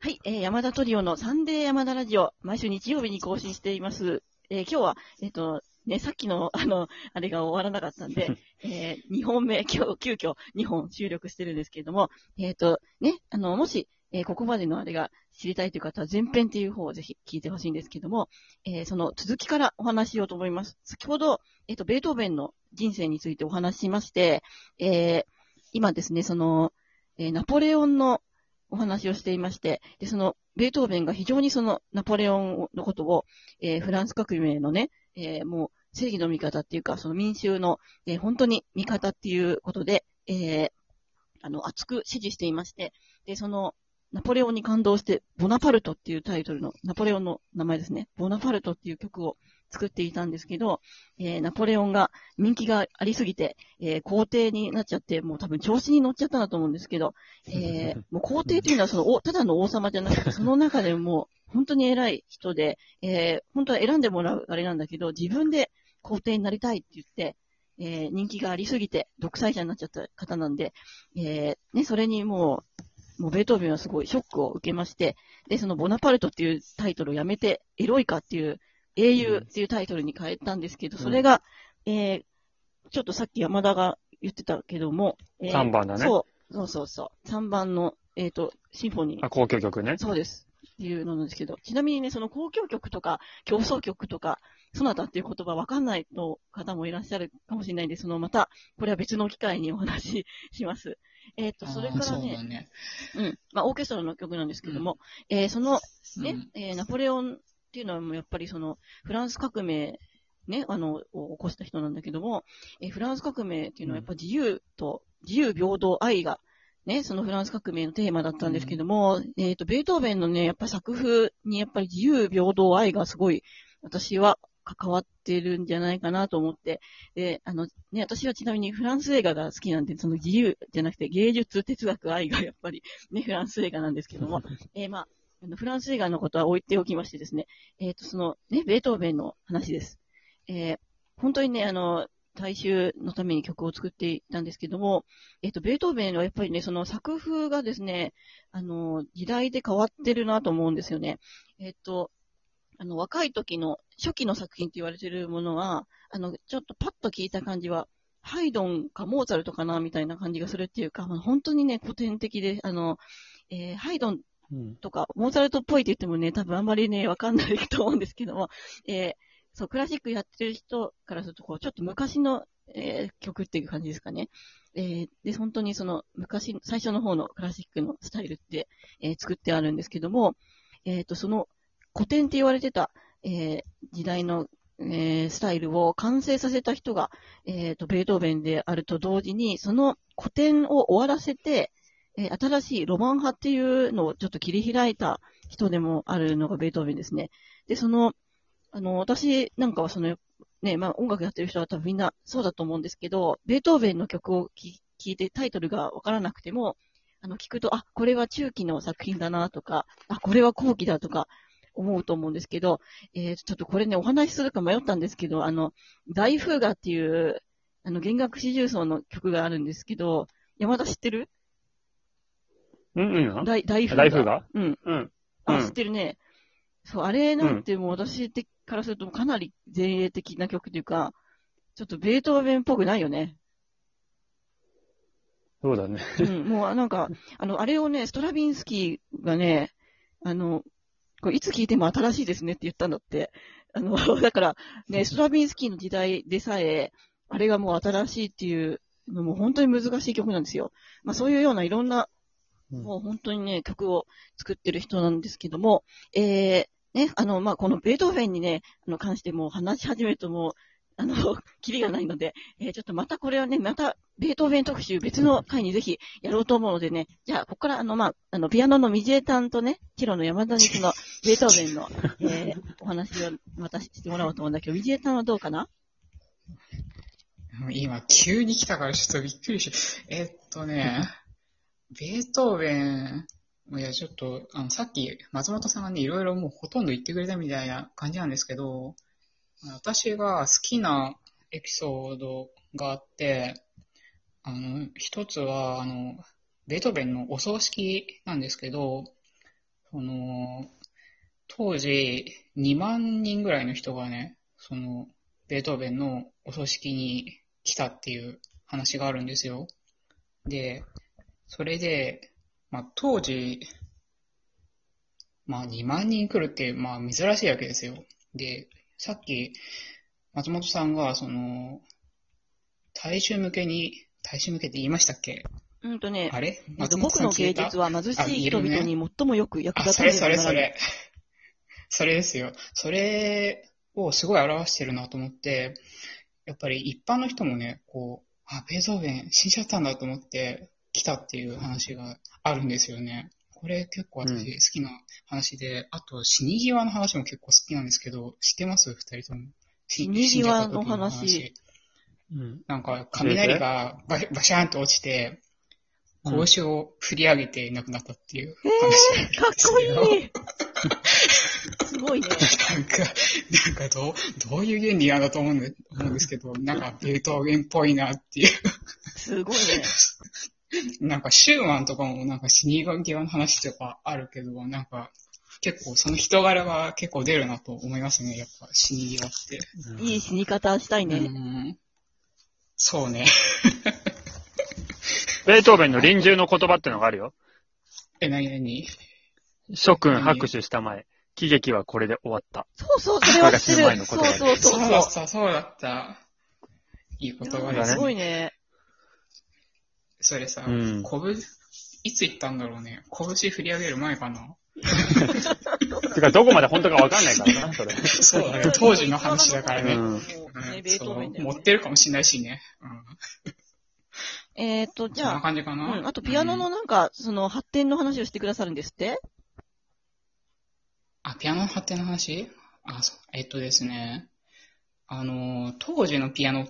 はい、山田トリオのサンデー山田ラジオ、毎週日曜日に更新しています。今日は、さっきの、あれが終わらなかったんで、2本目、急遽2本収録してるんですけれども、もし、ここまでのあれが知りたいという方は前編っていう方をぜひ聞いてほしいんですけども、その続きからお話ししようと思います。先ほど、ベートーベンの人生についてお話ししまして、今ですね、ナポレオンのお話をしていまして、で、その、ベートーベンが非常にその、ナポレオンのことを、フランス革命のね、もう、正義の味方っていうか、その民衆の、本当に味方っていうことで、熱く支持していまして、で、その、ナポレオンに感動して、ボナパルトっていうタイトルの、ナポレオンの名前ですね、ボナパルトっていう曲を作っていたんですけど、ナポレオンが人気がありすぎて、皇帝になっちゃって、もう多分調子に乗っちゃったんだと思うんですけど、もう皇帝というのはただの王様じゃなくて、その中でも本当に偉い人で、本当は選んでもらうあれなんだけど、自分で皇帝になりたいって言って、人気がありすぎて独裁者になっちゃった方なんで、それにもうベートーベンはすごいショックを受けまして、で、そのボナパルトっていうタイトルをやめて、エロイカっていう英雄っていうタイトルに変えたんですけど、それが、ちょっとさっき山田が言ってたけども、 3番だね。 そう。3番の、シンフォニー。 交響曲ね。 そうです。っていうのなんですけど、ちなみにね、その交響曲とか、競争曲とか、そなたっていう言葉わかんないの方もいらっしゃるかもしれないんで、また、これは別の機会にお話しします。それからね、オーケストラの曲なんですけども、その、ね、ナポレオンっていうのはもうやっぱりフランス革命、ね、を起こした人なんだけども、フランス革命っていうのはやっぱ自由、平等、愛が、ね、そのフランス革命のテーマだったんですけども、ベートーベンのね、やっぱ作風にやっぱり自由、平等、愛がすごい、私は関わってるんじゃないかなと思って、で、私はちなみにフランス映画が好きなんで、その自由じゃなくて芸術、哲学、愛がやっぱりね、フランス映画なんですけども、フランス映画のことは置いておきましてですね、ベートーベンの話です。本当にね、大衆のために曲を作っていたんですけども、ベートーベンはやっぱりね、その作風がですね、時代で変わってるなと思うんですよね。若い時の初期の作品って言われてるものは、ちょっとパッと聞いた感じは、ハイドンかモーツァルトかなみたいな感じがするっていうか、本当にね、古典的で、ハイドンとか、モーツァルトっぽいって言ってもね、多分あんまりね、わかんないと思うんですけども、そう、クラシックやってる人からすると、ちょっと昔の、曲っていう感じですかね。で、本当に最初の方のクラシックのスタイルって、作ってあるんですけども、その古典って言われてた、時代の、スタイルを完成させた人が、ベートーベンであると同時に、その古典を終わらせて、新しいロマン派っていうのをちょっと切り開いた人でもあるのがベートーベンですね。で、私なんかは音楽やってる人は多分みんなそうだと思うんですけど、ベートーベンの曲を聴いてタイトルがわからなくても、聞くと、これは中期の作品だなとか、これは後期だとか思うと思うんですけど、ちょっとこれね、お話しするか迷ったんですけど、大風雅っていう、弦楽四重奏の曲があるんですけど、山田知ってる？大風雅。知ってるね。そう、あれなんてもう私からするとかなり前衛的な曲というか、ちょっとベートーベンっぽくないよね。 そうだね。 もうなんか、あれをね、ストラビンスキーがね、これいつ聴いても新しいですねって言ったんだって。だからね、ストラビンスキーの時代でさえ、あれがもう新しいっていうのも本当に難しい曲なんですよ。そういうようないろんな、もう本当にね、曲を作ってる人なんですけども、このベートーベンにね、関してもう話し始めるともう、キリがないので、ちょっとまたこれはね、また、ベートーベン特集別の回にぜひやろうと思うのでね、じゃあ、ここからピアノのミジエタンとね、チェロの山田にベートーベンの、お話をまたしてもらおうと思うんだけど、ミジエタンはどうかな？ 今、急に来たからちょっとびっくりし、ベートーベン、いや、ちょっと、さっき、松本さんがね、いろいろもうほとんど言ってくれたみたいな感じなんですけど、私が好きなエピソードがあって、一つは、ベートーベンのお葬式なんですけど、 その、当時2万人ぐらいの人がね、ベートーベンのお葬式に来たっていう話があるんですよ。で、それで、当時、2万人来るって、珍しいわけですよ。で、さっき、松本さんが、大衆向けって言いましたっけ？あれ松本僕のさん消えた？ 芸術は貧しい人々 言えるね。 に最もよく役立そたねばならぬ。 れ。それですよ。それをすごい表してるなと思って、やっぱり一般の人もね、ベートーベン死んじゃったんだと思って来たっていう話があるんですよね。これ結構私好きな話で、あと死に際の話も結構好きなんですけど、知ってます二人とも。 死に死んじゃった際の時の話。 なんか雷がバシャーンと落ちて、拳を振り上げて亡くなったっていう話かっこいいすごいね。 なんかどういう原理なんだと思うんですけど、なんかベートーベンっぽいなっていう。 すごいね。 なんかシューマンとかもなんか死に際の話とかあるけど、なんか結構その人柄が結構出るなと思いますね、やっぱ死に際って。 いい死に方したいね。 そうね。 ベートーベンの臨終の言葉ってのがあるよ。 何諸君拍手したまえ。喜劇はこれで終わった。 そう、それは知ってる。 そうだった。いい言葉ですね。 すごいね。 それさ、いつ言ったんだろうね。拳振り上げる前かな。 てか、どこまで本当かわかんないからな、それ。 そうだね。当時の話だからね。 ベートーベンだよね。 持ってるかもしれないしね。 じゃあ、 そんな感じかな。 あとピアノの発展の話をしてくださるんですって？ ピアノの発展の話？ですね。当時のピアノって、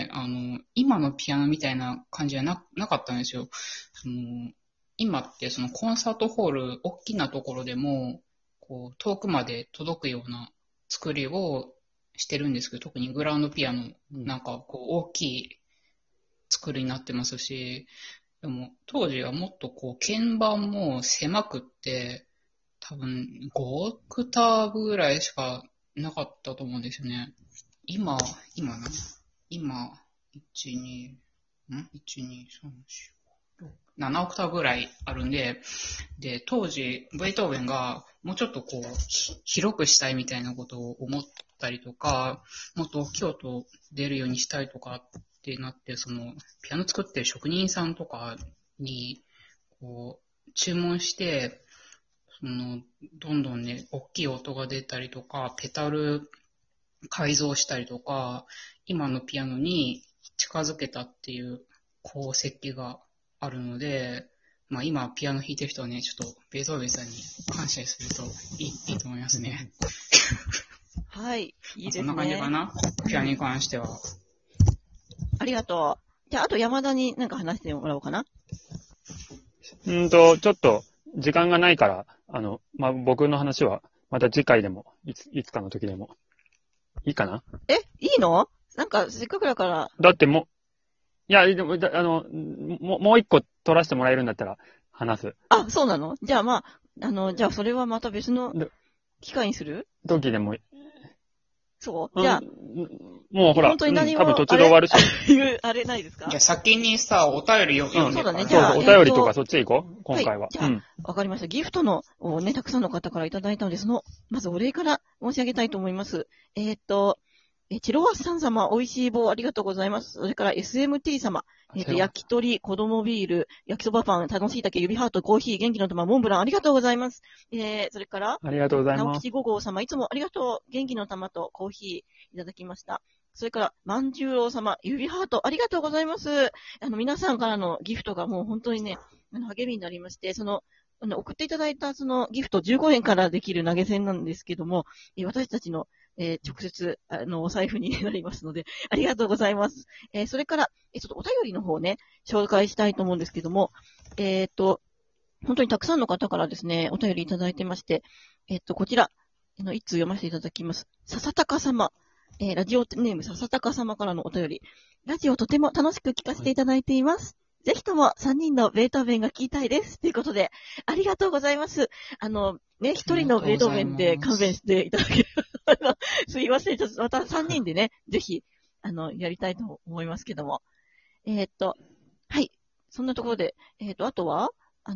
今のピアノみたいな感じじゃなかったんですよ。今ってコンサートホール、大きなところでも、遠くまで届くような作りをしてるんですけど、特にグランドピアノ、なんか大きい作りになってますし、でも当時はもっと鍵盤も狭くって、多分5オクターブぐらいしかなかったと思うんですよね。今、1、2、3、4、7オクターブぐらいあるんで、で、当時、ベートーベンがもうちょっと広くしたいみたいなことを思ったりとか、もっと大きい音出るようにしたいとかってなって、ピアノ作ってる職人さんとかに、注文して、どんどんね、大きい音が出たりとか、ペダル改造したりとか、今のピアノに近づけたっていう功績があるので、今ピアノ弾いてる人はね、ちょっとベートーベンさんに感謝するといいと思いますね。 はい、いいですね。 そんな感じかな、ピアノに関しては。 ありがとう。じゃあ、あと山田に話してもらおうかな。 ちょっと時間がないから、僕の話はまた次回でも、いつかの時でも。いいかな？ いいの？せっかくだから。 だってでも、もう一個取らせてもらえるんだったら話す。 あ、そうなの？じゃあじゃあそれはまた別の機会にする？ 時でも。 そうじゃあ、 もうほら、多分途中で終わるし。 あれないですか？ じゃあ先にさ、お便り読んで。 そうだね。じゃあ、 お便りとかそっち行こう、今回は。 じゃあ、わかりました。ギフトをね、たくさんの方からいただいたので、まずお礼から申し上げたいと思います。チロワッサン様、美味しい棒ありがとうございます。それから SMT 様、焼き鳥、子供ビール、焼きそばパン、楽しい竹、指ハート、コーヒー、元気の玉、モンブラン、ありがとうございます。それから、 ありがとうございます。 直吉5号様、いつもありがとう。元気の玉とコーヒーいただきました。それから、万十郎様、指ハート、ありがとうございます。皆さんからのギフトがもう本当にね、励みになりまして、送っていただいたギフト15円からできる投げ銭なんですけども、私たちの直接、お財布になりますので、ありがとうございます。それから、ちょっとお便りの方ね、紹介したいと思うんですけども、本当にたくさんの方からですね、お便りいただいてまして、こちら、一通読ませていただきます。笹高様、ラジオネーム笹高様からのお便り。ラジオとても楽しく聞かせていただいています。 ぜひとも3人のベートーベンが聞きたいです。ということで、ありがとうございます。ね、1人のベートーベンで勘弁していただければ、すいません。ちょっとまた3人でね、ぜひ、やりたいと思いますけども。はい。そんなところで、あとは、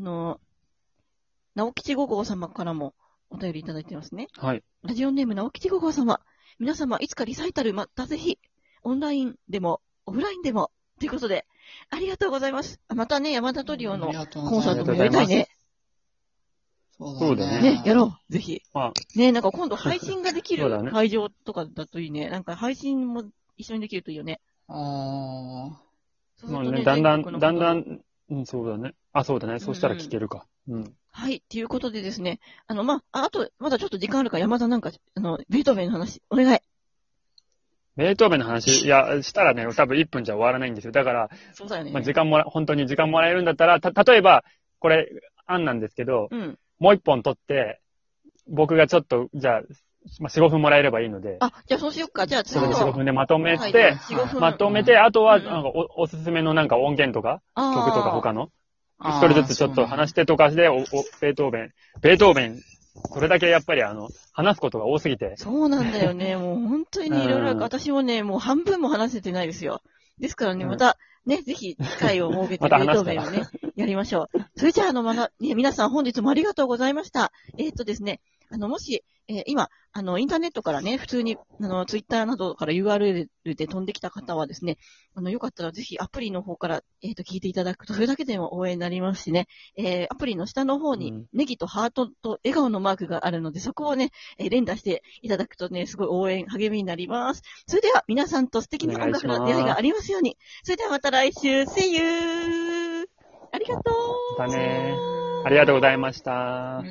直吉五号様からもお便りいただいてますね。 はい。 ラジオネーム直吉五号様。皆様、いつかリサイタルまたぜひ、オンラインでも、オフラインでも、ということで、ありがとうございます。またね、山田トリオのコンサートもやりたいね。 そうだね、やろう、ぜひ。 まあ、 ね、なんか今度配信ができるそうだね会場とかだといいね。なんか配信も一緒にできるといいよね。そうするとね、 だんだ全国の方ん、そうだね。そうだね。そうしたら聞けるか。 はい、ということでですね。あと、まだちょっと時間あるから山田なんか、ベートーベンの話、お願い。 ベートーベンの話、したらね、多分1分じゃ終わらないんですよ。だから、 そうだよね。 本当に時間もらえるんだったら、例えば、これ、案なんですけど、もう1本取って、僕がちょっと、じゃあ、4、5分もらえればいいので。 じゃあそうしよっか。じゃあそれで4、5分でまとめて、あとは、なんかおすすめのなんか音源とか、曲とか他の、一人ずつちょっと話してとかして、ベートーベン、これだけやっぱり話すことが多すぎて。 そうなんだよね。もう本当にいろいろ、私もね、もう半分も話せてないですよ。ですからね、また、ね、ぜひ機会を設けてベートーベンをね、やりましょう。それじゃあ、皆さん本日もありがとうございました。ですね、もし、今、インターネットからね、普通に、ツイッターなどから URL で飛んできた方はですね、よかったらぜひアプリの方から、聞いていただくと、それだけでも応援になりますしね、アプリの下の方に、ネギとハートと笑顔のマークがあるので、そこをね、連打していただくとね、すごい応援、励みになります。それでは、皆さんと素敵な音楽の出会いがありますように。それではまた来週、See you! ありがとう。 またね。ありがとうございました。